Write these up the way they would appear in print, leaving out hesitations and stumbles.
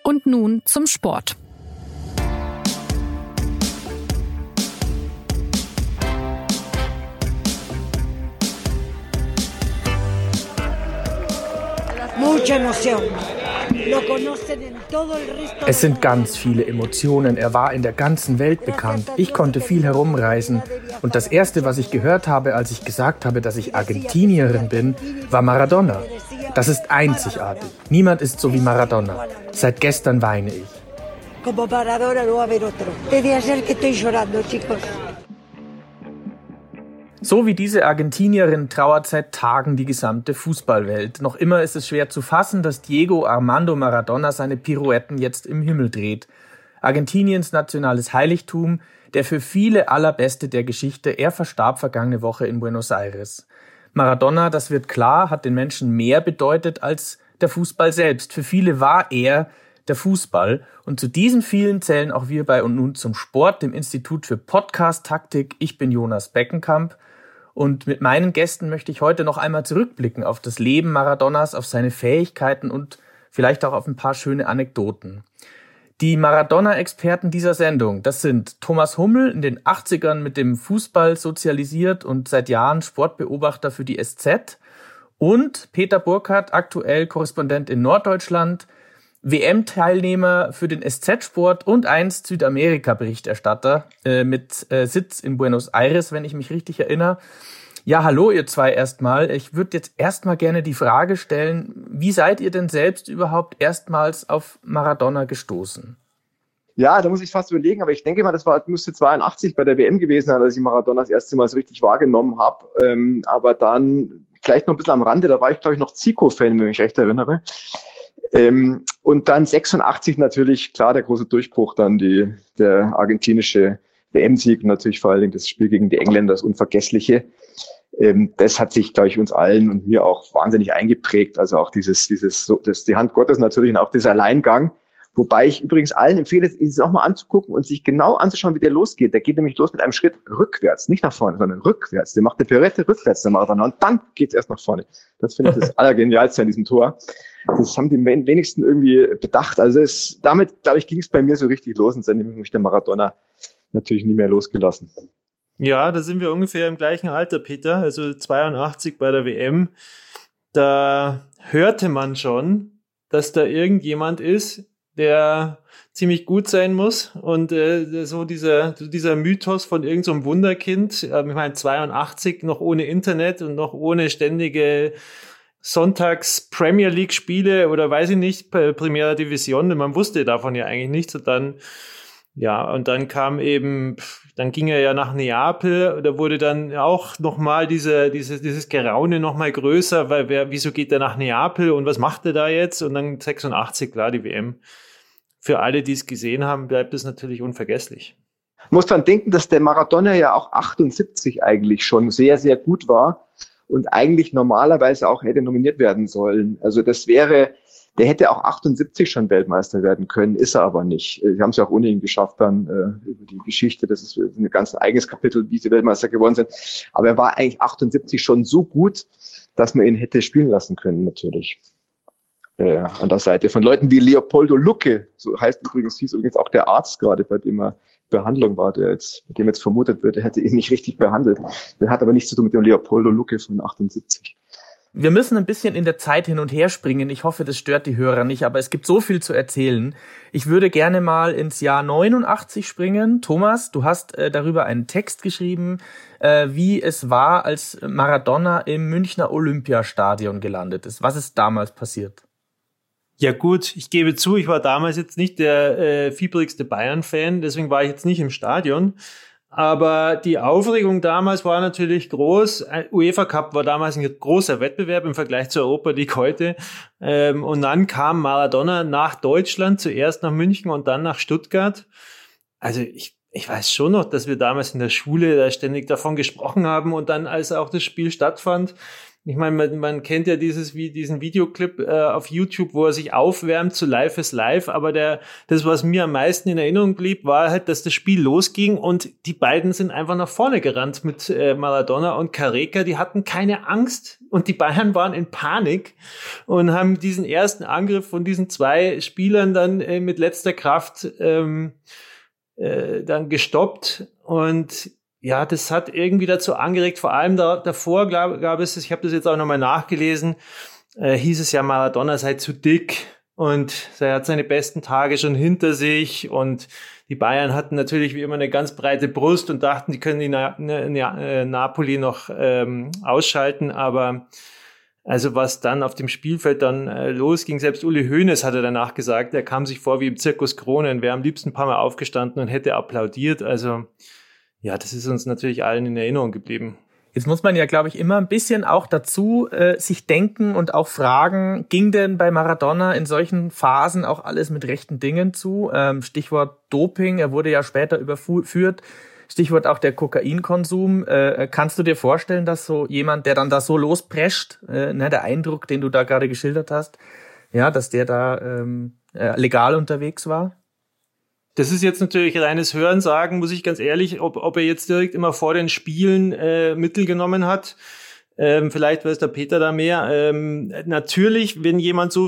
Und nun zum Sport. Es sind ganz viele Emotionen. Er war in der ganzen Welt bekannt. Ich konnte viel herumreisen. Und das Erste, was ich gehört habe, als ich gesagt habe, dass ich Argentinierin bin, war Maradona. Das ist einzigartig. Niemand ist so wie Maradona. Seit gestern weine ich. So wie diese Argentinierin trauert seit Tagen die gesamte Fußballwelt. Noch immer ist es schwer zu fassen, dass Diego Armando Maradona seine Pirouetten jetzt im Himmel dreht. Argentiniens nationales Heiligtum, der für viele allerbeste der Geschichte, er verstarb vergangene Woche in Buenos Aires. Maradona, das wird klar, hat den Menschen mehr bedeutet als der Fußball selbst. Für viele war er der Fußball. Und zu diesen vielen zählen auch wir bei Und nun zum Sport, dem Institut für Podcast-Taktik. Ich bin Jonas Beckenkamp. Und mit meinen Gästen möchte ich heute noch einmal zurückblicken auf das Leben Maradonas, auf seine Fähigkeiten und vielleicht auch auf ein paar schöne Anekdoten. Die Maradona-Experten dieser Sendung, das sind Thomas Hummel, in den 80ern mit dem Fußball sozialisiert und seit Jahren Sportbeobachter für die SZ, und Peter Burkhardt, aktuell Korrespondent in Norddeutschland, WM-Teilnehmer für den SZ-Sport und einst Südamerika-Berichterstatter mit Sitz in Buenos Aires, wenn ich mich richtig erinnere. Ja, hallo ihr zwei erstmal. Ich würde jetzt erstmal gerne die Frage stellen, wie seid ihr denn selbst überhaupt erstmals auf Maradona gestoßen? Ja, da muss ich fast überlegen, aber ich denke mal, müsste 82 bei der WM gewesen sein, als ich Maradona das erste Mal so richtig wahrgenommen habe. Aber dann vielleicht noch ein bisschen am Rande, da war ich, glaube ich, noch Zico-Fan, wenn ich mich recht erinnere. Und dann 86 natürlich, klar, der große Durchbruch, dann der argentinische WM-Sieg und natürlich vor allen Dingen das Spiel gegen die Engländer, das Unvergessliche. Das hat sich, glaube ich, uns allen und mir auch wahnsinnig eingeprägt. Also auch die Hand Gottes natürlich und auch dieser Alleingang. Wobei ich übrigens allen empfehle, es nochmal anzugucken und sich genau anzuschauen, wie der losgeht. Der geht nämlich los mit einem Schritt rückwärts, nicht nach vorne, sondern rückwärts. Der macht eine Pirouette rückwärts, der Maradona, und dann geht's erst nach vorne. Das finde ich das Allergenialste an diesem Tor. Das haben die wenigsten irgendwie bedacht. Also damit, glaube ich, ging es bei mir so richtig los, und seitdem hat mich der Maradona natürlich nie mehr losgelassen. Ja, da sind wir ungefähr im gleichen Alter, Peter. Also 82 bei der WM. Da hörte man schon, dass da irgendjemand ist, der ziemlich gut sein muss. Und so dieser Mythos von irgend so einem Wunderkind, ich meine 82 noch ohne Internet und noch ohne ständige Sonntags Premier League Spiele oder weiß ich nicht, Primera Division, man wusste davon ja eigentlich nichts. Und dann kam eben, dann ging er ja nach Neapel, da wurde dann auch nochmal dieses Geraune nochmal größer, weil wieso geht er nach Neapel und was macht er da jetzt? Und dann 86, klar, die WM. Für alle, die es gesehen haben, bleibt es natürlich unvergesslich. Muss dran denken, dass der Maradona ja auch 78 eigentlich schon sehr, sehr gut war und eigentlich normalerweise auch hätte nominiert werden sollen. Also der hätte auch 78 schon Weltmeister werden können, ist er aber nicht. Sie haben es ja auch ohne ihn geschafft dann über die Geschichte. Das ist ein ganz eigenes Kapitel, wie sie Weltmeister geworden sind. Aber er war eigentlich 78 schon so gut, dass man ihn hätte spielen lassen können, natürlich. An der Seite von Leuten wie Leopoldo Lucke, so hieß übrigens auch der Arzt gerade, bei dem er Behandlung war, bei dem jetzt vermutet wird, er hätte ihn nicht richtig behandelt. Der hat aber nichts zu tun mit dem Leopoldo Lucke von 78. Wir müssen ein bisschen in der Zeit hin und her springen. Ich hoffe, das stört die Hörer nicht, aber es gibt so viel zu erzählen. Ich würde gerne mal ins Jahr 89 springen. Thomas, du hast darüber einen Text geschrieben, wie es war, als Maradona im Münchner Olympiastadion gelandet ist. Was ist damals passiert? Ja gut, ich gebe zu, ich war damals jetzt nicht der fieberigste Bayern-Fan, deswegen war ich jetzt nicht im Stadion. Aber die Aufregung damals war natürlich groß. UEFA Cup war damals ein großer Wettbewerb im Vergleich zur Europa League heute. Und dann kam Maradona nach Deutschland, zuerst nach München und dann nach Stuttgart. Also ich weiß schon noch, dass wir damals in der Schule da ständig davon gesprochen haben, und dann, als auch das Spiel stattfand, Ich meine, man kennt ja diesen Videoclip auf YouTube, wo er sich aufwärmt zu Life is Life, aber das, was mir am meisten in Erinnerung blieb, war halt, dass das Spiel losging und die beiden sind einfach nach vorne gerannt mit Maradona und Careca. Die hatten keine Angst und die Bayern waren in Panik und haben diesen ersten Angriff von diesen zwei Spielern dann mit letzter Kraft dann gestoppt. Und ja, das hat irgendwie dazu angeregt, vor allem davor gab es, ich habe das jetzt auch nochmal nachgelesen, hieß es ja, Maradona sei zu dick und er hat seine besten Tage schon hinter sich und die Bayern hatten natürlich wie immer eine ganz breite Brust und dachten, die können die Napoli noch ausschalten, aber also was dann auf dem Spielfeld dann losging, selbst Uli Hoeneß hatte danach gesagt, er kam sich vor wie im Zirkus Kronen, wäre am liebsten ein paar Mal aufgestanden und hätte applaudiert, also ja, das ist uns natürlich allen in Erinnerung geblieben. Jetzt muss man ja, glaube ich, immer ein bisschen auch dazu sich denken und auch fragen, ging denn bei Maradona in solchen Phasen auch alles mit rechten Dingen zu? Stichwort Doping, er wurde ja später überführt. Stichwort auch der Kokainkonsum. Kannst du dir vorstellen, dass so jemand, der dann da so losprescht, der Eindruck, den du da gerade geschildert hast, ja, dass der da legal unterwegs war? Das ist jetzt natürlich reines Hörensagen, muss ich ganz ehrlich, ob er jetzt direkt immer vor den Spielen Mittel genommen hat. Vielleicht weiß der Peter da mehr. Natürlich, wenn jemand so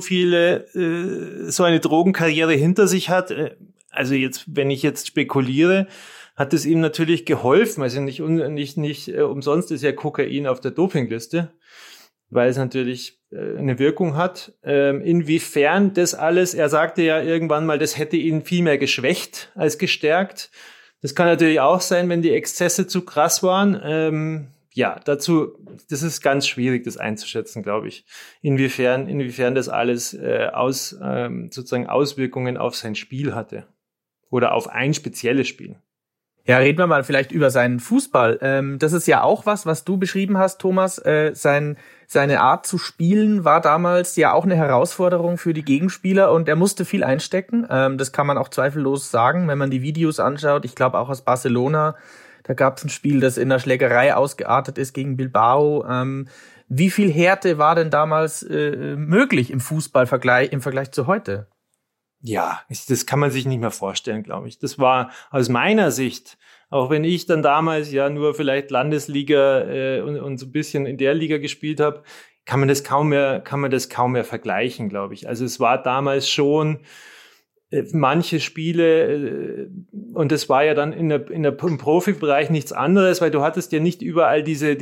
eine Drogenkarriere hinter sich hat, also jetzt, wenn ich jetzt spekuliere, hat es ihm natürlich geholfen. Also nicht umsonst ist ja Kokain auf der Dopingliste, weil es natürlich eine Wirkung hat. Inwiefern das alles, er sagte ja irgendwann mal, das hätte ihn viel mehr geschwächt als gestärkt. Das kann natürlich auch sein, wenn die Exzesse zu krass waren. Das ist ganz schwierig, das einzuschätzen, glaube ich. Inwiefern das alles sozusagen Auswirkungen auf sein Spiel hatte. Oder auf ein spezielles Spiel. Ja, reden wir mal vielleicht über seinen Fußball. Das ist ja auch was du beschrieben hast, Thomas. Seine Art zu spielen war damals ja auch eine Herausforderung für die Gegenspieler und er musste viel einstecken. Das kann man auch zweifellos sagen, wenn man die Videos anschaut. Ich glaube auch aus Barcelona, da gab es ein Spiel, das in einer Schlägerei ausgeartet ist gegen Bilbao. Wie viel Härte war denn damals möglich im Fußballvergleich im Vergleich zu heute? Ja, das kann man sich nicht mehr vorstellen, glaube ich. Das war aus meiner Sicht, auch wenn ich dann damals ja nur vielleicht Landesliga und so ein bisschen in der Liga gespielt habe, kann man das kaum mehr vergleichen, glaube ich. Also es war damals schon manche Spiele und das war ja dann im Profibereich nichts anderes, weil du hattest ja nicht überall diese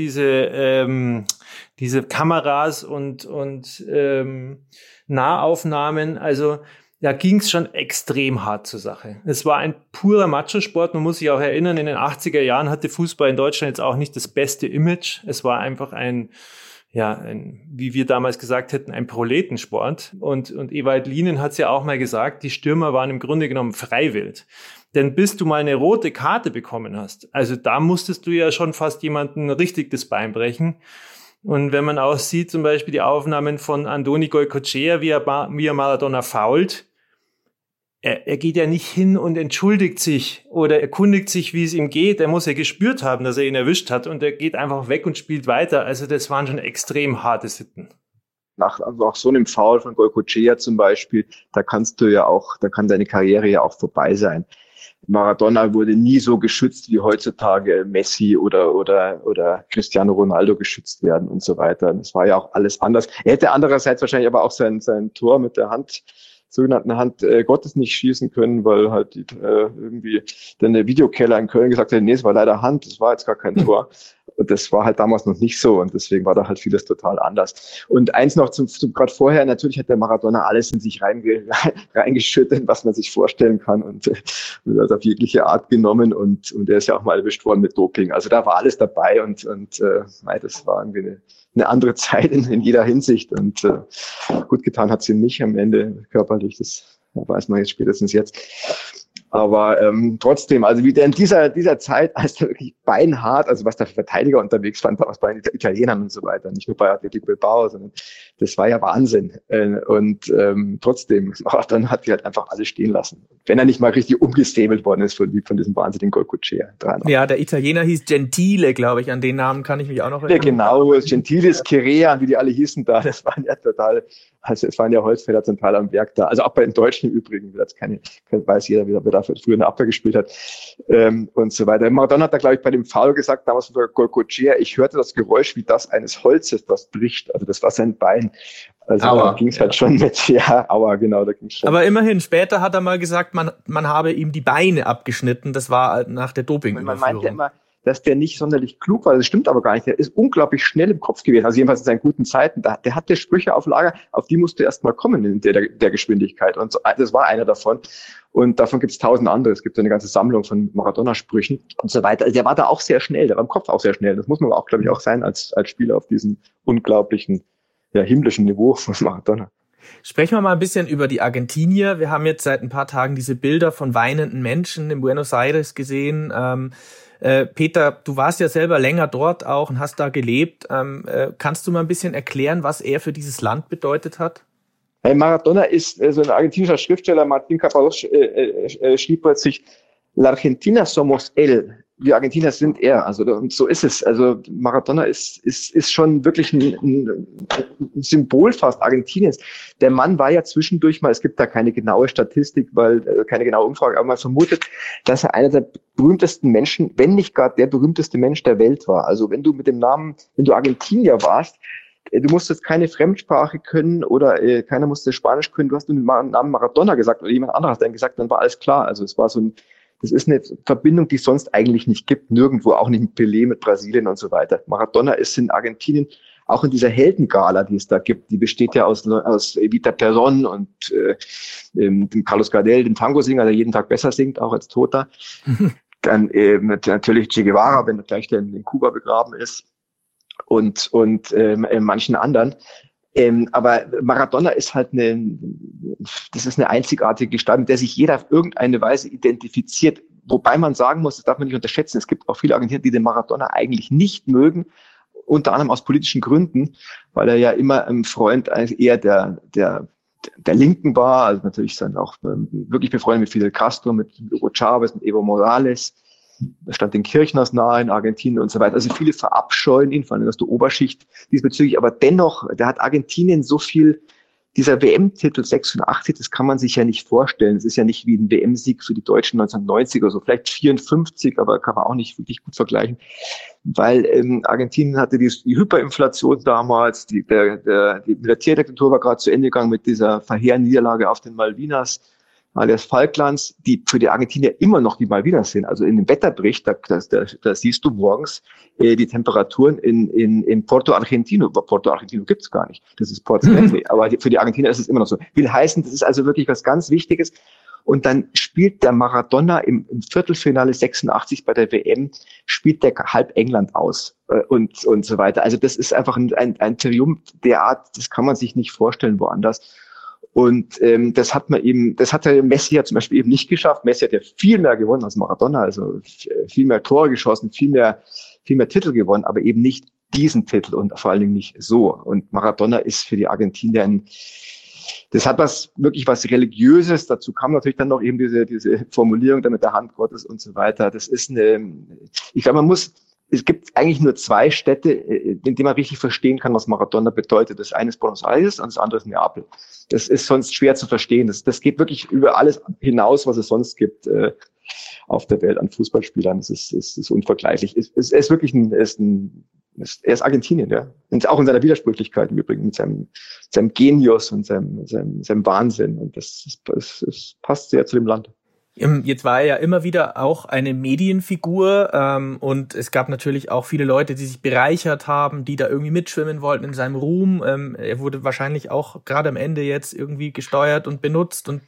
Kameras und Nahaufnahmen, also da ging es schon extrem hart zur Sache. Es war ein purer Macho-Sport. Man muss sich auch erinnern, in den 80er Jahren hatte Fußball in Deutschland jetzt auch nicht das beste Image. Es war einfach ein, wie wir damals gesagt hätten, ein Proletensport. Und Ewald Lienen hat es ja auch mal gesagt, die Stürmer waren im Grunde genommen freiwillig. Denn bis du mal eine rote Karte bekommen hast, also da musstest du ja schon fast jemanden richtig das Bein brechen. Und wenn man auch sieht, zum Beispiel die Aufnahmen von Andoni Goicoechea, wie er Maradona fault, er geht ja nicht hin und entschuldigt sich oder erkundigt sich, wie es ihm geht. Er muss ja gespürt haben, dass er ihn erwischt hat und er geht einfach weg und spielt weiter. Also das waren schon extrem harte Sitten. Also auch so einem Foul von Goicoechea zum Beispiel, da kann deine Karriere ja auch vorbei sein. Maradona wurde nie so geschützt, wie heutzutage Messi oder Cristiano Ronaldo geschützt werden und so weiter. Das war ja auch alles anders. Er hätte andererseits wahrscheinlich aber auch sein Tor mit der sogenannten Hand Gottes nicht schießen können, weil halt irgendwie dann der Videokeller in Köln gesagt hat, nee, es war leider Hand, das war jetzt gar kein Tor. Und das war halt damals noch nicht so und deswegen war da halt vieles total anders. Und eins noch zum gerade vorher, natürlich hat der Maradona alles in sich reingeschüttet, was man sich vorstellen kann und das auf jegliche Art genommen und er ist ja auch mal erwischt worden mit Doping. Also da war alles dabei und das war irgendwie eine andere Zeit in jeder Hinsicht und gut getan hat sie ihm nicht am Ende körperlich, das weiß man jetzt spätestens jetzt. Aber trotzdem, also wie der in dieser Zeit, als er wirklich beinhart, also was da für Verteidiger unterwegs waren, was bei den Italienern und so weiter, nicht nur bei Atletico Bilbao, sondern das war ja Wahnsinn. Und trotzdem, dann hat die halt einfach alles stehen lassen. Wenn er nicht mal richtig umgesäbelt worden ist von diesem wahnsinnigen Goycochea. Ja, der Italiener hieß Gentile, glaube ich, an den Namen kann ich mich auch noch erinnern. Ja, genau, Gentile, Chirea, wie die alle hießen da, das waren ja total, also es waren ja Holzfäller zum Teil am Werk da, also auch bei den Deutschen im Übrigen, das weiß jeder, wer da früher in der Abwehr gespielt hat, und so weiter. Maradona hat da, glaube ich, bei dem Foul gesagt, damals von Goycochea, ich hörte das Geräusch wie das eines Holzes, das bricht, also das war sein Bein. Also Aua, da ging es halt schon mit, ja, aua, genau, da ging's schon. Aber immerhin, später hat er mal gesagt, man habe ihm die Beine abgeschnitten, das war nach der Dopingüberführung. Man meinte immer, dass der nicht sonderlich klug war, das stimmt aber gar nicht, der ist unglaublich schnell im Kopf gewesen, also jedenfalls in seinen guten Zeiten, der hatte Sprüche auf Lager, auf die musste erst mal kommen in der Geschwindigkeit und so, das war einer davon und davon gibt's 1000 andere, es gibt so eine ganze Sammlung von Maradona-Sprüchen und so weiter, also der war da auch sehr schnell, der war im Kopf auch sehr schnell, das muss man auch, glaube ich, auch sein als Spieler auf diesem unglaublichen, ja, himmlischen Niveau von Maradona. Sprechen wir mal ein bisschen über die Argentinier. Wir haben jetzt seit ein paar Tagen diese Bilder von weinenden Menschen in Buenos Aires gesehen. Peter, du warst ja selber länger dort auch und hast da gelebt. Kannst du mal ein bisschen erklären, was er für dieses Land bedeutet hat? Maradona ist so ein argentinischer Schriftsteller, Martín Caparrós, schrieb plötzlich, La Argentina somos él. Wir Argentinier sind er. Also, und so ist es. Also, Maradona ist schon wirklich ein Symbol fast Argentiniens. Der Mann war ja zwischendurch mal, es gibt da keine genaue Statistik, keine genaue Umfrage, aber man vermutet, dass er einer der berühmtesten Menschen, wenn nicht gar der berühmteste Mensch der Welt war. Also, wenn du Argentinier warst, du musstest keine Fremdsprache können oder keiner musste Spanisch können, du hast den Namen Maradona gesagt oder jemand anderes hat dann gesagt, dann war alles klar. Also, es war das ist eine Verbindung, die es sonst eigentlich nicht gibt, nirgendwo, auch nicht mit Pelé, mit Brasilien und so weiter. Maradona ist in Argentinien, auch in dieser Heldengala, die es da gibt, die besteht ja aus Evita Perón und dem Carlos Gardel, dem Tango-Singer, der jeden Tag besser singt, auch als Toter. Dann natürlich Che Guevara, wenn er gleich in Kuba begraben ist und manchen anderen. Aber Maradona ist halt das ist eine einzigartige Gestalt, mit der sich jeder auf irgendeine Weise identifiziert. Wobei man sagen muss, das darf man nicht unterschätzen, es gibt auch viele Argentinier, die den Maradona eigentlich nicht mögen, unter anderem aus politischen Gründen, weil er ja immer ein Freund eher der Linken war, also natürlich dann auch wirklich befreundet mit Fidel Castro, mit Hugo Chavez, mit Evo Morales. Er stand den Kirchners nahe in Argentinien und so weiter. Also viele verabscheuen ihn, vor allem aus der Oberschicht diesbezüglich. Aber dennoch, da hat Argentinien so viel, dieser WM-Titel 86, das kann man sich ja nicht vorstellen. Es ist ja nicht wie ein WM-Sieg für die Deutschen 1990 oder so, vielleicht 54, aber kann man auch nicht wirklich gut vergleichen. Weil Argentinien hatte die Hyperinflation damals, die Militärdiktatur war gerade zu Ende gegangen mit dieser verheerenden Niederlage auf den Malvinas, alias Falklands, die für die Argentinier immer noch die Malvinas sind. Also in dem Wetterbericht, da siehst du morgens die Temperaturen in Porto Argentino. Porto Argentino gibt's gar nicht. Das ist Port Stanley. Aber für die Argentinier ist es immer noch so. Will heißen, das ist also wirklich was ganz Wichtiges. Und dann spielt der Maradona im Viertelfinale 86 bei der WM, spielt der halb England aus und so weiter. Also das ist einfach ein Triumph der Art, das kann man sich nicht vorstellen woanders. Und das hat der Messi ja zum Beispiel eben nicht geschafft. Messi hat ja viel mehr gewonnen als Maradona, also viel mehr Tore geschossen, viel mehr Titel gewonnen, aber eben nicht diesen Titel und vor allen Dingen nicht so. Und Maradona ist für die Argentinier das hat wirklich was Religiöses. Dazu kam natürlich dann noch eben diese Formulierung da mit der Hand Gottes und so weiter. Das ist ich glaube, es gibt eigentlich nur zwei Städte, in denen man richtig verstehen kann, was Maradona bedeutet. Das eine ist Buenos Aires und das andere ist Neapel. Das ist sonst schwer zu verstehen. Das geht wirklich über alles hinaus, was es sonst gibt auf der Welt an Fußballspielern. Es ist unvergleichlich. Es ist wirklich er ist Argentinien, ja. Und auch in seiner Widersprüchlichkeit im Übrigen, mit seinem Genius und seinem Wahnsinn. Und das passt sehr zu dem Land. Jetzt war er ja immer wieder auch eine Medienfigur und es gab natürlich auch viele Leute, die sich bereichert haben, die da irgendwie mitschwimmen wollten in seinem Ruhm. Er wurde wahrscheinlich auch gerade am Ende jetzt irgendwie gesteuert und benutzt und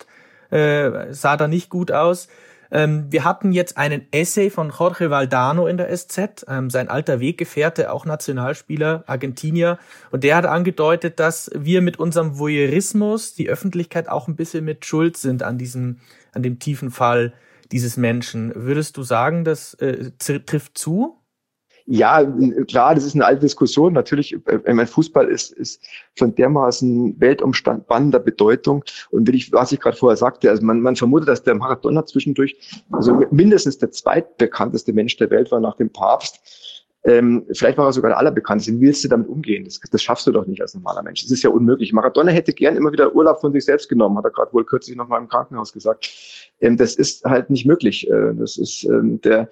sah da nicht gut aus. Wir hatten jetzt einen Essay von Jorge Valdano in der SZ, sein alter Weggefährte, auch Nationalspieler, Argentinier. Und der hat angedeutet, dass wir mit unserem Voyeurismus, die Öffentlichkeit auch ein bisschen mit schuld sind an dem tiefen Fall dieses Menschen. Würdest du sagen, das trifft zu? Ja, klar, das ist eine alte Diskussion. Natürlich, mein Fußball ist von dermaßen weltumspannender Bedeutung. Und was ich gerade vorher sagte, also man vermutet, dass der Maradona zwischendurch, also mindestens der zweitbekannteste Mensch der Welt war nach dem Papst. Vielleicht war er sogar der allerbekannteste. Wie willst du damit umgehen? Das schaffst du doch nicht als normaler Mensch. Das ist ja unmöglich. Maradona hätte gern immer wieder Urlaub von sich selbst genommen, hat er gerade wohl kürzlich noch mal im Krankenhaus gesagt. Das ist halt nicht möglich. Das ist der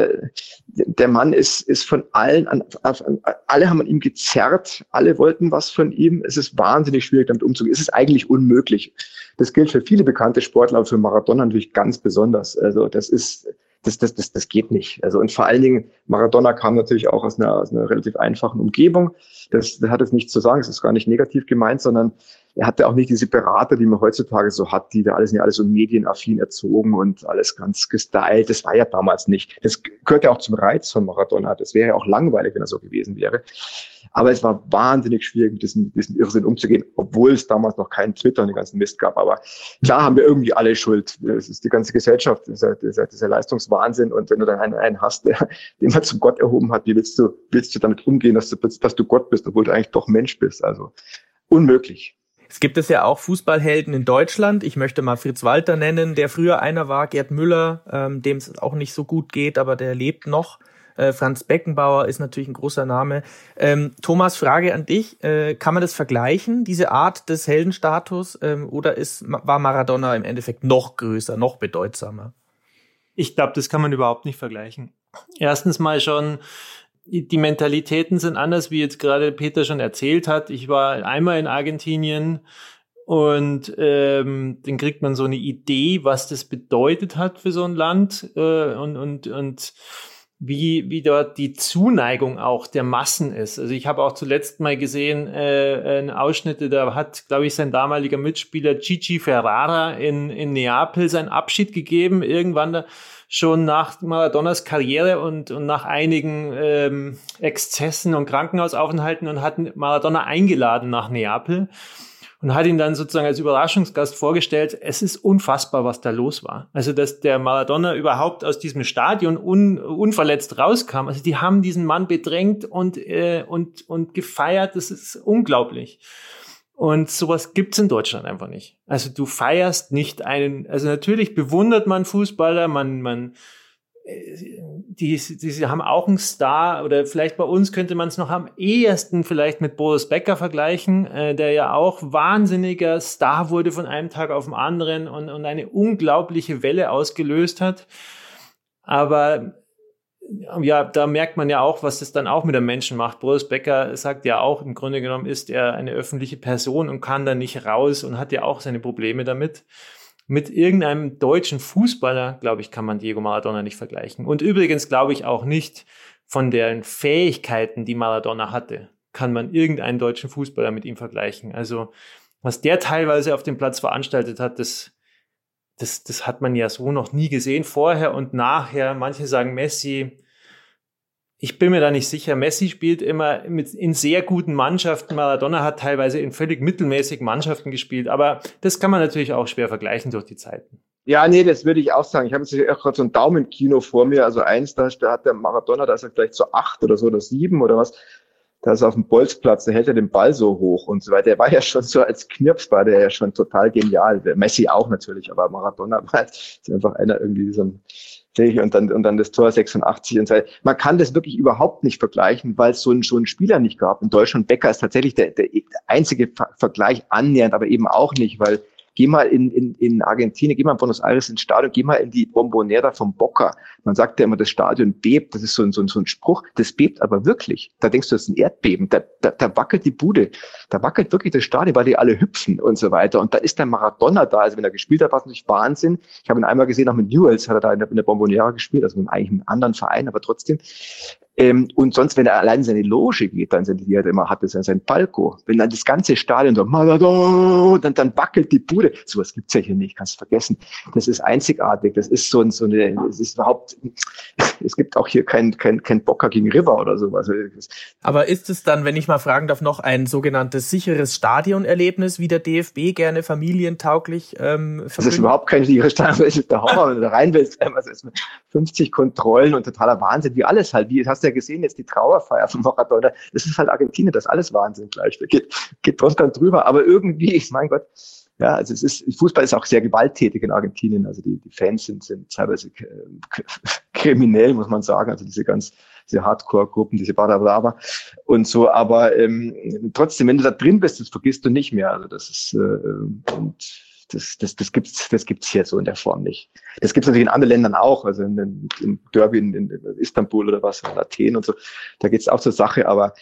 Mann ist von allen, alle haben an ihm gezerrt, alle wollten was von ihm. Es ist wahnsinnig schwierig, damit umzugehen. Es ist eigentlich unmöglich. Das gilt für viele bekannte Sportler, aber für Maradona natürlich ganz besonders. Also das geht nicht. Also, und vor allen Dingen, Maradona kam natürlich auch aus einer relativ einfachen Umgebung. Das hat jetzt nichts zu sagen, es ist gar nicht negativ gemeint, sondern er hatte auch nicht diese Berater, die man heutzutage so hat, die da sind ja alle so medienaffin erzogen und alles ganz gestylt. Das war ja damals nicht. Das gehört ja auch zum Reiz von Maradona. Das wäre ja auch langweilig, wenn er so gewesen wäre. Aber es war wahnsinnig schwierig, mit diesem Irrsinn umzugehen, obwohl es damals noch keinen Twitter und den ganzen Mist gab. Aber klar haben wir irgendwie alle Schuld. Es ist die ganze Gesellschaft, dieser Leistungswahnsinn. Und wenn du dann einen hast, den man zum Gott erhoben hat, wie willst du damit umgehen, dass du Gott bist, obwohl du eigentlich doch Mensch bist? Also unmöglich. Es gibt es ja auch Fußballhelden in Deutschland. Ich möchte mal Fritz Walter nennen, der früher einer war, Gerd Müller, dem es auch nicht so gut geht, aber der lebt noch. Franz Beckenbauer ist natürlich ein großer Name. Thomas, Frage an dich. Kann man das vergleichen, diese Art des Heldenstatus, oder war Maradona im Endeffekt noch größer, noch bedeutsamer? Ich glaube, das kann man überhaupt nicht vergleichen. Erstens mal schon, die Mentalitäten sind anders, wie jetzt gerade Peter schon erzählt hat. Ich war einmal in Argentinien und dann kriegt man so eine Idee, was das bedeutet hat für so ein Land und wie dort die Zuneigung auch der Massen ist. Also ich habe auch zuletzt mal gesehen, Ausschnitte, da hat, glaube ich, sein damaliger Mitspieler Gigi Ferrara in Neapel seinen Abschied gegeben, irgendwann da schon nach Maradonas Karriere und nach einigen Exzessen und Krankenhausaufenthalten, und hat Maradona eingeladen nach Neapel und hat ihn dann sozusagen als Überraschungsgast vorgestellt. Es ist unfassbar, was da los war. Also, dass der Maradona überhaupt aus diesem Stadion unverletzt rauskam. Also, die haben diesen Mann bedrängt und gefeiert. Das ist unglaublich. Und sowas gibt's in Deutschland einfach nicht. Also, du feierst nicht also natürlich bewundert man Fußballer, die haben auch einen Star, oder vielleicht bei uns könnte man es noch am ehesten vielleicht mit Boris Becker vergleichen, der ja auch wahnsinniger Star wurde von einem Tag auf den anderen und eine unglaubliche Welle ausgelöst hat. Aber ja, da merkt man ja auch, was das dann auch mit dem Menschen macht. Boris Becker sagt ja auch, im Grunde genommen ist er eine öffentliche Person und kann da nicht raus und hat ja auch seine Probleme damit. Mit irgendeinem deutschen Fußballer, glaube ich, kann man Diego Maradona nicht vergleichen. Und übrigens glaube ich auch nicht, von den Fähigkeiten, die Maradona hatte, kann man irgendeinen deutschen Fußballer mit ihm vergleichen. Also was der teilweise auf dem Platz veranstaltet hat, das hat man ja so noch nie gesehen, vorher und nachher. Manche sagen Messi. Ich bin mir da nicht sicher. Messi spielt immer in sehr guten Mannschaften. Maradona hat teilweise in völlig mittelmäßigen Mannschaften gespielt. Aber das kann man natürlich auch schwer vergleichen durch die Zeiten. Ja, nee, das würde ich auch sagen. Ich habe jetzt auch gerade so ein Daumenkino vor mir. Also eins, da hat der Maradona, da ist er vielleicht so 8 oder so oder 7 oder was. Da ist er auf dem Bolzplatz, da hält er den Ball so hoch und so weiter. Der war ja schon so, als Knirps war der ja schon total genial. Messi auch natürlich, aber Maradona war halt einfach einer irgendwie so ein und dann das Tor 86 und so. Man kann das wirklich überhaupt nicht vergleichen, weil es so einen Spieler nicht gab. In Deutschland, Becker ist tatsächlich der einzige Vergleich annähernd, aber eben auch nicht, weil geh mal in Argentinien, geh mal in Buenos Aires ins Stadion, geh mal in die Bombonera vom Boca. Man sagt ja immer, das Stadion bebt. Das ist so ein Spruch. Das bebt aber wirklich. Da denkst du, das ist ein Erdbeben. Da wackelt die Bude. Da wackelt wirklich das Stadion, weil die alle hüpfen und so weiter. Und da ist der Maradona da. Also wenn er gespielt hat, war es natürlich Wahnsinn. Ich habe ihn einmal gesehen, auch mit Newell's hat er da in der Bombonera gespielt, also mit eigentlich einem anderen Verein, aber trotzdem. Und sonst, wenn er allein in seine Loge geht, dann sind die halt immer, hat es ja sein Palco. Wenn dann das ganze Stadion so, dann wackelt die Bude. Sowas gibt's ja hier nicht, kannst du vergessen. Das ist einzigartig. Das ist so eine, es ist überhaupt, es gibt auch hier kein Boca gegen River oder sowas. Aber ist es dann, wenn ich mal fragen darf, noch ein sogenanntes sicheres Stadionerlebnis, wie der DFB gerne familientauglich Das ist überhaupt kein sicheres Stadion, das ist der Horror, wenn du da rein willst. Also ist mit 50 Kontrollen und totaler Wahnsinn, wie alles halt. Wie hast du ja gesehen, jetzt die Trauerfeier von Maradona. Das ist halt Argentinien, das ist alles Wahnsinn gleich. Da geht drunter und drüber. Aber irgendwie, mein Gott, ja, also Fußball ist auch sehr gewalttätig in Argentinien. Also die Fans sind teilweise kriminell, muss man sagen. Also diese Hardcore-Gruppen, diese Bada und so. Aber trotzdem, wenn du da drin bist, das vergisst du nicht mehr. Also das ist das gibt's hier so in der Form nicht. Das gibt's natürlich in anderen Ländern auch, also in Derby in Istanbul oder was, in Athen und so. Da geht's auch zur Sache, aber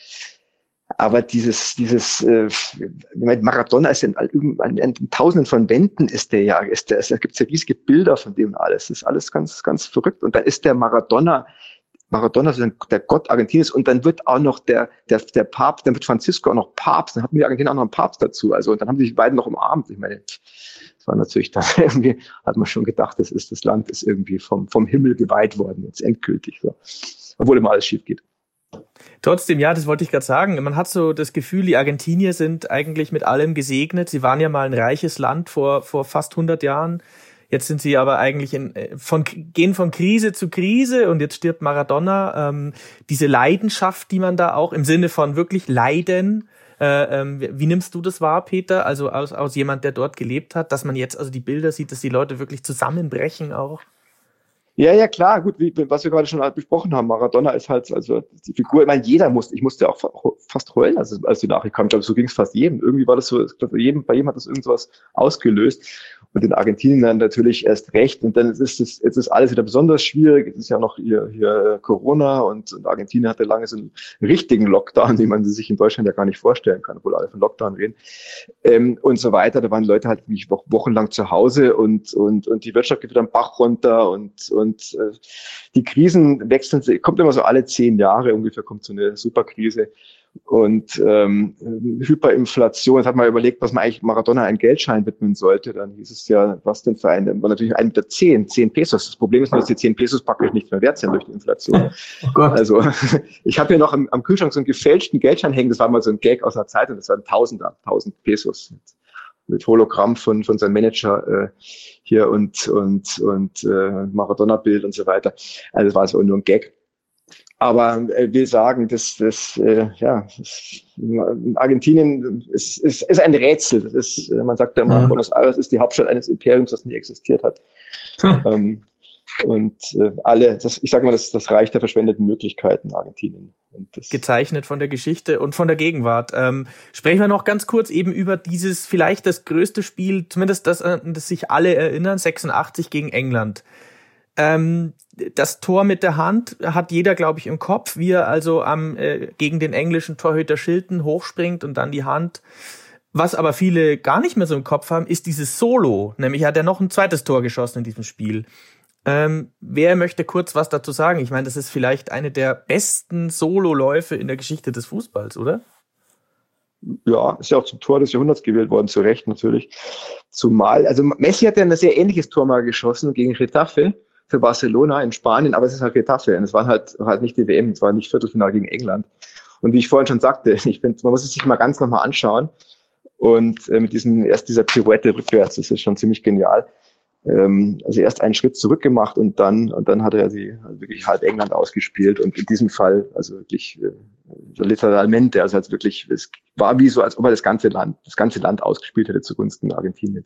Maradona ist an Tausenden von Wänden da gibt's ja riesige Bilder von dem alles. Das ist alles ganz, ganz verrückt. Und dann ist der Maradona ist der Gott Argentiniens und dann wird auch noch der Papst, dann wird Francisco auch noch Papst, dann hatten wir Argentinien auch noch einen Papst dazu, also und dann haben die beiden noch umarmt. Ich meine, das war natürlich dann irgendwie, hat man schon gedacht, das Land ist irgendwie vom Himmel geweiht worden, jetzt endgültig, so. Obwohl immer alles schief geht. Trotzdem, ja, das wollte ich gerade sagen. Man hat so das Gefühl, die Argentinier sind eigentlich mit allem gesegnet. Sie waren ja mal ein reiches Land vor fast 100 Jahren. Jetzt sind sie aber eigentlich gehen von Krise zu Krise und jetzt stirbt Maradona. Diese Leidenschaft, die man da auch im Sinne von wirklich Leiden, wie nimmst du das wahr, Peter? Also aus jemand, der dort gelebt hat, dass man jetzt also die Bilder sieht, dass die Leute wirklich zusammenbrechen auch? Ja, klar, gut, was wir gerade schon besprochen haben, Maradona ist halt, also die Figur, ich meine, ich musste auch fast heulen, als die Nachricht kam. Ich glaube, so ging es fast jedem. Irgendwie war das so, bei jedem hat das irgendwas ausgelöst. Und in Argentinien dann natürlich erst recht. Und dann jetzt ist alles wieder besonders schwierig. Es ist ja noch hier Corona und Argentinien hatte lange so einen richtigen Lockdown, den man sich in Deutschland ja gar nicht vorstellen kann, obwohl alle von Lockdown reden. Und so weiter. Da waren Leute halt wirklich wochenlang zu Hause und die Wirtschaft geht wieder am Bach runter und die Krisen wechseln, kommt immer so alle 10 Jahre ungefähr, kommt so eine Superkrise. Und Hyperinflation, jetzt hat man überlegt, was man eigentlich Maradona einen Geldschein widmen sollte. Dann hieß es ja, was denn für einen? War natürlich ein mit der 10 Pesos. Das Problem ist nur, dass die 10 Pesos praktisch nicht mehr wert sind durch die Inflation. Oh Gott. Also ich habe hier noch am Kühlschrank so einen gefälschten Geldschein hängen. Das war mal so ein Gag aus einer Zeitung. Das waren 1000 Pesos mit Hologramm von seinem Manager hier und Maradona-Bild und so weiter. Also das war so nur ein Gag. Aber will sagen, in Argentinien ist ein Rätsel. Das ist, man sagt ja immer, Buenos Aires ist die Hauptstadt eines Imperiums, das nie existiert hat. Ich sage mal, das ist das Reich der verschwendeten Möglichkeiten, Argentinien. Gezeichnet von der Geschichte und von der Gegenwart. Sprechen wir noch ganz kurz eben über dieses, vielleicht das größte Spiel, zumindest das sich alle erinnern, 86 gegen England. Das Tor mit der Hand hat jeder, glaube ich, im Kopf, wie er also gegen den englischen Torhüter Shilton hochspringt und dann die Hand. Was aber viele gar nicht mehr so im Kopf haben, ist dieses Solo. Nämlich hat er noch ein zweites Tor geschossen in diesem Spiel. Wer möchte kurz was dazu sagen? Ich meine, das ist vielleicht eine der besten Sololäufe in der Geschichte des Fußballs, oder? Ja, ist ja auch zum Tor des Jahrhunderts gewählt worden, zu Recht natürlich. Zumal, also Messi hat ja ein sehr ähnliches Tor mal geschossen gegen Getafe für Barcelona in Spanien, aber es ist halt Getafe und es war halt nicht die WM, es war nicht Viertelfinale gegen England. Und wie ich vorhin schon sagte, ich finde, man muss es sich mal ganz nochmal anschauen und mit dieser Pirouette rückwärts, das ist schon ziemlich genial. Also erst einen Schritt zurück gemacht und dann hat er sie wirklich halb England ausgespielt und in diesem Fall also wirklich literalmente, also als wirklich, es war wie so, als ob er das ganze Land ausgespielt hätte zugunsten Argentinien.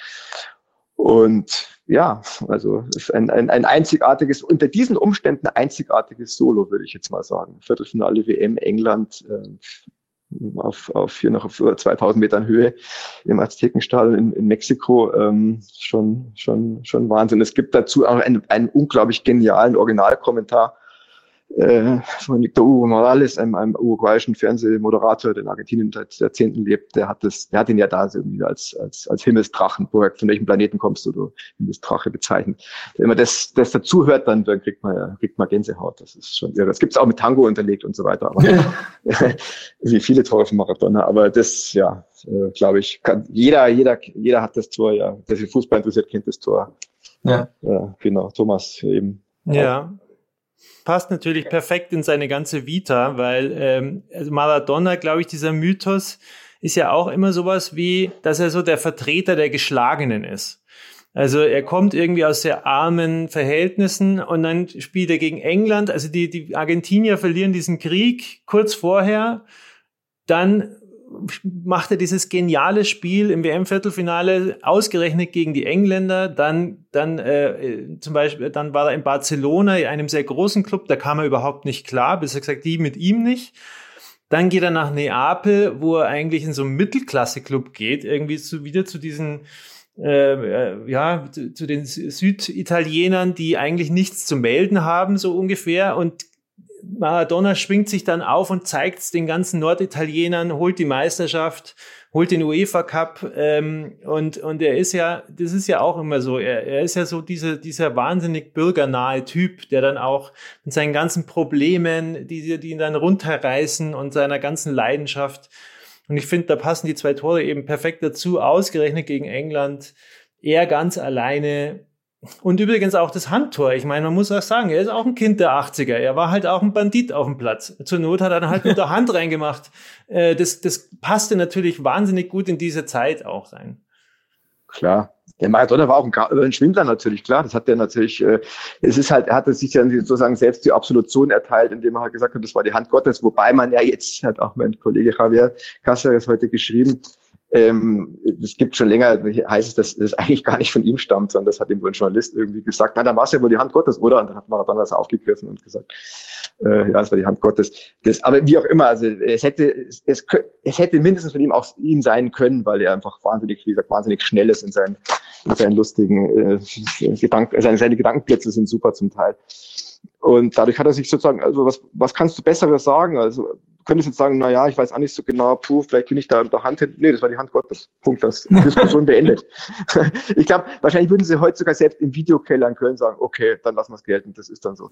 Und ja, also es ist ein einzigartiges, unter diesen Umständen einzigartiges Solo, würde ich jetzt mal sagen. Viertelfinale WM England auf 2000 Metern Höhe im Aztekenstadion in Mexiko, schon Wahnsinn. Es gibt dazu auch einen unglaublich genialen Originalkommentar von Victor Hugo Morales, einem uruguayischen Fernsehmoderator, der in Argentinien seit Jahrzehnten lebt, der hat ihn ja da so irgendwie als Himmelsdrachen, von welchem Planeten kommst du Himmelsdrache bezeichnet. Wenn man das dazu hört, dann kriegt man Gänsehaut. Das ist schon irre. Das gibt's auch mit Tango unterlegt und so weiter, aber wie viele Tore von Maradona. Aber das, ja, glaube ich, jeder hat das Tor, ja, der sich Fußball interessiert, kennt das Tor. Ja, genau, Thomas eben. Ja. Passt natürlich perfekt in seine ganze Vita, weil also Maradona, glaube ich, dieser Mythos ist ja auch immer sowas wie, dass er so der Vertreter der Geschlagenen ist. Also er kommt irgendwie aus sehr armen Verhältnissen und dann spielt er gegen England. Also die Argentinier verlieren diesen Krieg kurz vorher. Dann macht er dieses geniale Spiel im WM-Viertelfinale ausgerechnet gegen die Engländer. Dann zum Beispiel, dann war er in Barcelona, einem sehr großen Club, da kam er überhaupt nicht klar, besser gesagt, die mit ihm nicht. Dann geht er nach Neapel, wo er eigentlich in so einen Mittelklasse-Club geht, irgendwie wieder zu diesen zu den Süditalienern, die eigentlich nichts zu melden haben, so ungefähr. Und Maradona schwingt sich dann auf und zeigt es den ganzen Norditalienern, holt die Meisterschaft, holt den UEFA Cup und er ist ja, das ist ja auch immer so, er ist ja so dieser wahnsinnig bürgernahe Typ, der dann auch mit seinen ganzen Problemen, die ihn dann runterreißen und seiner ganzen Leidenschaft. Und ich finde, da passen die 2 Tore eben perfekt dazu, ausgerechnet gegen England, er ganz alleine. Und übrigens auch das Handtor. Ich meine, man muss auch sagen, er ist auch ein Kind der 80er. Er war halt auch ein Bandit auf dem Platz. Zur Not hat er dann halt mit der Hand reingemacht. Das passte natürlich wahnsinnig gut in diese Zeit auch rein. Klar. Der Maradona war auch ein Schwindler natürlich, klar. Das hat er natürlich, er hatte sich ja sozusagen selbst die Absolution erteilt, indem er halt gesagt hat, das war die Hand Gottes. Wobei man ja jetzt, hat auch mein Kollege Javier Cáceres heute geschrieben, es gibt schon länger, heißt es, dass das eigentlich gar nicht von ihm stammt, sondern das hat ihm wohl ein Journalist irgendwie gesagt, na, dann war es ja wohl die Hand Gottes, oder? Und dann hat Maradona das aufgegriffen und gesagt, ja, es war die Hand Gottes. Aber wie auch immer, also es hätte mindestens von ihm sein können, weil er einfach wahnsinnig schnell ist in seinen lustigen seine Gedankenplätze sind super zum Teil. Und dadurch hat er sich sozusagen, also was kannst du Besseres sagen? Also du könntest jetzt sagen, na ja, ich weiß auch nicht so genau, vielleicht bin ich da in der Hand. Nee, das war die Hand Gottes. Punkt, das Diskussion beendet. Ich glaube, wahrscheinlich würden sie heute sogar selbst im Videokeller in Köln sagen, okay, dann lassen wir es gelten, das ist dann so.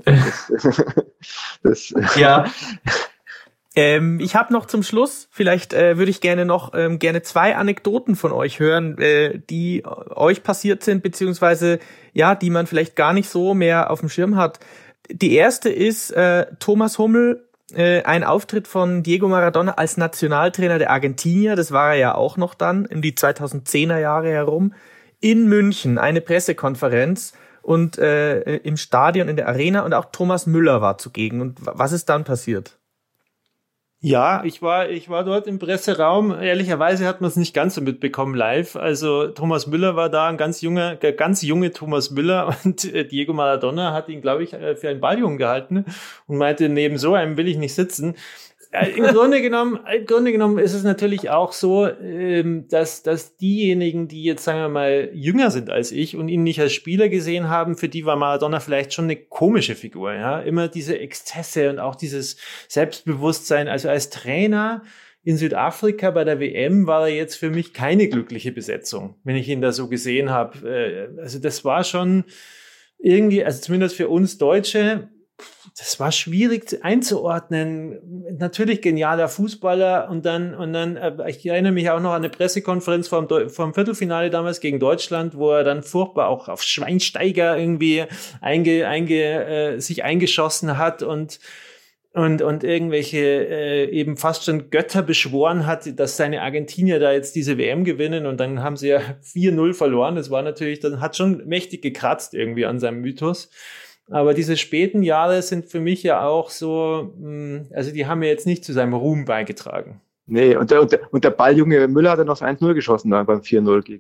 Ja. Ich habe noch zum Schluss, vielleicht würde ich gerne noch gerne 2 Anekdoten von euch hören, die euch passiert sind, beziehungsweise ja, die man vielleicht gar nicht so mehr auf dem Schirm hat. Die erste ist Thomas Hummel, ein Auftritt von Diego Maradona als Nationaltrainer der Argentinier, das war er ja auch noch dann, in die 2010er Jahre herum, in München, eine Pressekonferenz und im Stadion, in der Arena, und auch Thomas Müller war zugegen. Und was ist dann passiert? Ja, ich war dort im Presseraum. Ehrlicherweise hat man es nicht ganz so mitbekommen live. Also Thomas Müller war da, ein ganz junge Thomas Müller, und Diego Maradona hat ihn, glaube ich, für einen Balljungen gehalten und meinte, neben so einem will ich nicht sitzen. Im Grunde genommen ist es natürlich auch so, dass diejenigen, die jetzt, sagen wir mal, jünger sind als ich und ihn nicht als Spieler gesehen haben, für die war Maradona vielleicht schon eine komische Figur, ja. Immer diese Exzesse und auch dieses Selbstbewusstsein. Also als Trainer in Südafrika bei der WM war er jetzt für mich keine glückliche Besetzung, wenn ich ihn da so gesehen habe. Also das war schon irgendwie, also zumindest für uns Deutsche, das war schwierig einzuordnen. Natürlich genialer Fußballer und dann ich erinnere mich auch noch an eine Pressekonferenz vom Viertelfinale damals gegen Deutschland, wo er dann furchtbar auch auf Schweinsteiger irgendwie sich eingeschossen hat und irgendwelche eben fast schon Götter beschworen hat, dass seine Argentinier da jetzt diese WM gewinnen, und dann haben sie ja 4-0 verloren. Das war natürlich, dann hat schon mächtig gekratzt irgendwie an seinem Mythos. Aber diese späten Jahre sind für mich ja auch so, also die haben mir jetzt nicht zu seinem Ruhm beigetragen. Nee, und der Balljunge Müller hat dann noch das 1-0 geschossen da beim 4-0 gegen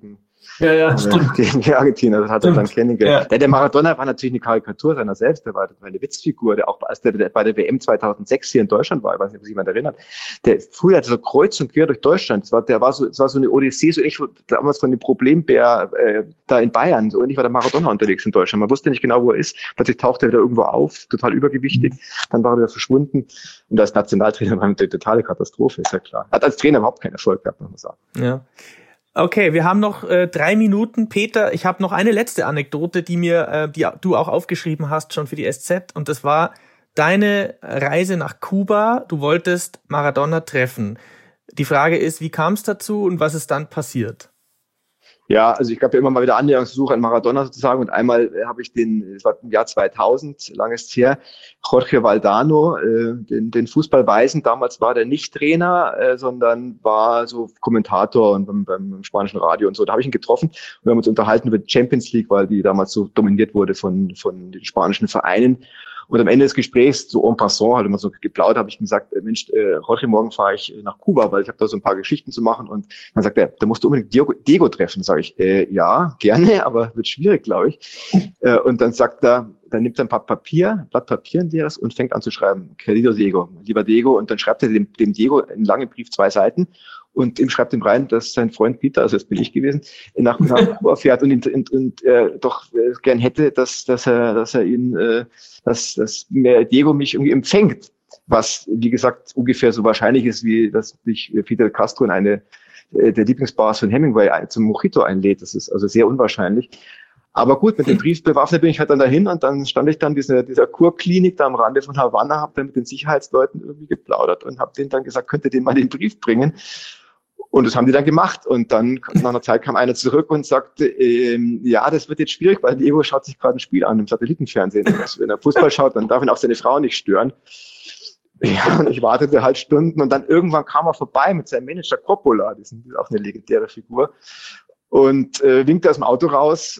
Ja, stimmt. Gegen die Argentinier, das hat er dann kennengelernt. Ja. Der Maradona war natürlich eine Karikatur seiner selbst, der war eine Witzfigur, der auch als der bei der WM 2006 hier in Deutschland war, ich weiß nicht, ob sich jemand erinnert, der früher hatte so kreuz und quer durch Deutschland, es war so eine Odyssee, so ähnlich damals von dem Problembär da in Bayern, so ähnlich war der Maradona unterwegs in Deutschland, man wusste nicht genau, wo er ist, plötzlich tauchte er wieder irgendwo auf, total übergewichtig, dann war er wieder verschwunden und als Nationaltrainer war eine totale Katastrophe, ist ja klar. Hat als Trainer überhaupt keinen Erfolg gehabt, muss man sagen. Ja. Okay, wir haben noch 3 Minuten. Peter, ich habe noch eine letzte Anekdote, die du auch aufgeschrieben hast, schon für die SZ. Und das war deine Reise nach Kuba. Du wolltest Maradona treffen. Die Frage ist, wie kam es dazu und was ist dann passiert? Ja, also ich gab ja immer mal wieder Annäherungsversuche an Maradona sozusagen und einmal habe ich es war im Jahr 2000, langes her, Jorge Valdano, den Fußballweisen, damals war der nicht Trainer, sondern war so Kommentator und beim spanischen Radio und so. Da habe ich ihn getroffen und wir haben uns unterhalten über die Champions League, weil die damals so dominiert wurde von den spanischen Vereinen. Und am Ende des Gesprächs, so en passant, halt immer so geplaudert, habe ich gesagt, Mensch, Jorge, morgen fahre ich nach Kuba, weil ich habe da so ein paar Geschichten zu machen. Und dann sagt er, da musst du unbedingt Diego treffen. Sage ich, ja, gerne, aber wird schwierig, glaube ich. Und dann sagt er, dann nimmt er ein Blatt Papier in leeres und fängt an zu schreiben, querido Diego, lieber Diego. Und dann schreibt er dem Diego einen langen Brief, 2 Seiten. Und ihm schreibt ihm rein, dass sein Freund Peter, also das bin ich gewesen, nach Kuba fährt und doch gern hätte, dass Diego mich irgendwie empfängt. Was, wie gesagt, ungefähr so wahrscheinlich ist, wie dass sich Fidel Castro in der Lieblingsbars von Hemingway zum Mojito einlädt. Das ist also sehr unwahrscheinlich. Aber gut, mit dem Brief bewaffnet bin ich halt dann dahin und dann stand ich dann dieser Kurklinik da am Rande von Havanna, habe dann mit den Sicherheitsleuten irgendwie geplaudert und habe denen dann gesagt, könnt ihr denen mal den Brief bringen? Und das haben die dann gemacht. Und dann nach einer Zeit kam einer zurück und sagte, ja, das wird jetzt schwierig, weil Diego schaut sich gerade ein Spiel an im Satellitenfernsehen. Also wenn er Fußball schaut, dann darf ihn auch seine Frau nicht stören. Ja, und ich wartete halt Stunden und dann irgendwann kam er vorbei mit seinem Manager Coppola, das ist auch eine legendäre Figur, und winkte aus dem Auto raus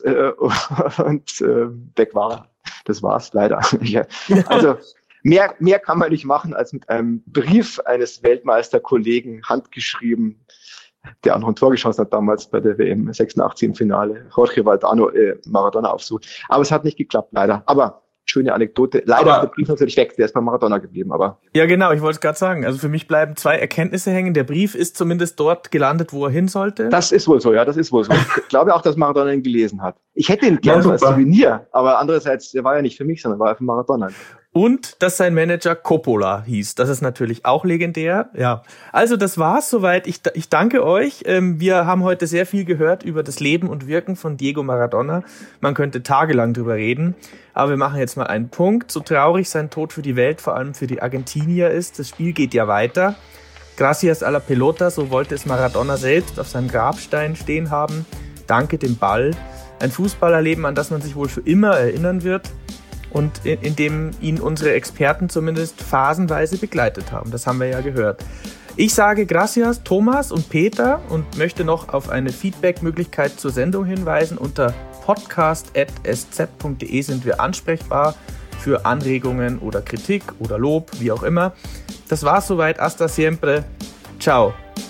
und weg war er. Das war's leider. Also mehr kann man nicht machen, als mit einem Brief eines Weltmeisterkollegen handgeschrieben, der auch noch ein Tor geschossen hat damals bei der WM 86 im Finale, Jorge Valdano, Maradona aufsucht. Aber es hat nicht geklappt, leider. Aber schöne Anekdote. Leider ist der Brief natürlich weg, der ist bei Maradona geblieben. Aber ja, genau, ich wollte es gerade sagen. Also für mich bleiben 2 Erkenntnisse hängen. Der Brief ist zumindest dort gelandet, wo er hin sollte. Das ist wohl so, ja, das ist wohl so. Ich glaube auch, dass Maradona ihn gelesen hat. Ich hätte ihn gerne als Souvenir, aber andererseits, der war ja nicht für mich, sondern war ja für Maradona. Und dass sein Manager Coppola hieß. Das ist natürlich auch legendär. Ja, also das war's soweit. Ich danke euch. Wir haben heute sehr viel gehört über das Leben und Wirken von Diego Maradona. Man könnte tagelang drüber reden. Aber wir machen jetzt mal einen Punkt. So traurig sein Tod für die Welt, vor allem für die Argentinier ist, das Spiel geht ja weiter. Gracias a la pelota, so wollte es Maradona selbst auf seinem Grabstein stehen haben. Danke dem Ball. Ein Fußballerleben, an das man sich wohl für immer erinnern wird. Und in dem ihn unsere Experten zumindest phasenweise begleitet haben. Das haben wir ja gehört. Ich sage gracias Thomas und Peter und möchte noch auf eine Feedback-Möglichkeit zur Sendung hinweisen. Unter podcast@sz.de sind wir ansprechbar für Anregungen oder Kritik oder Lob, wie auch immer. Das war's soweit. Hasta siempre. Ciao.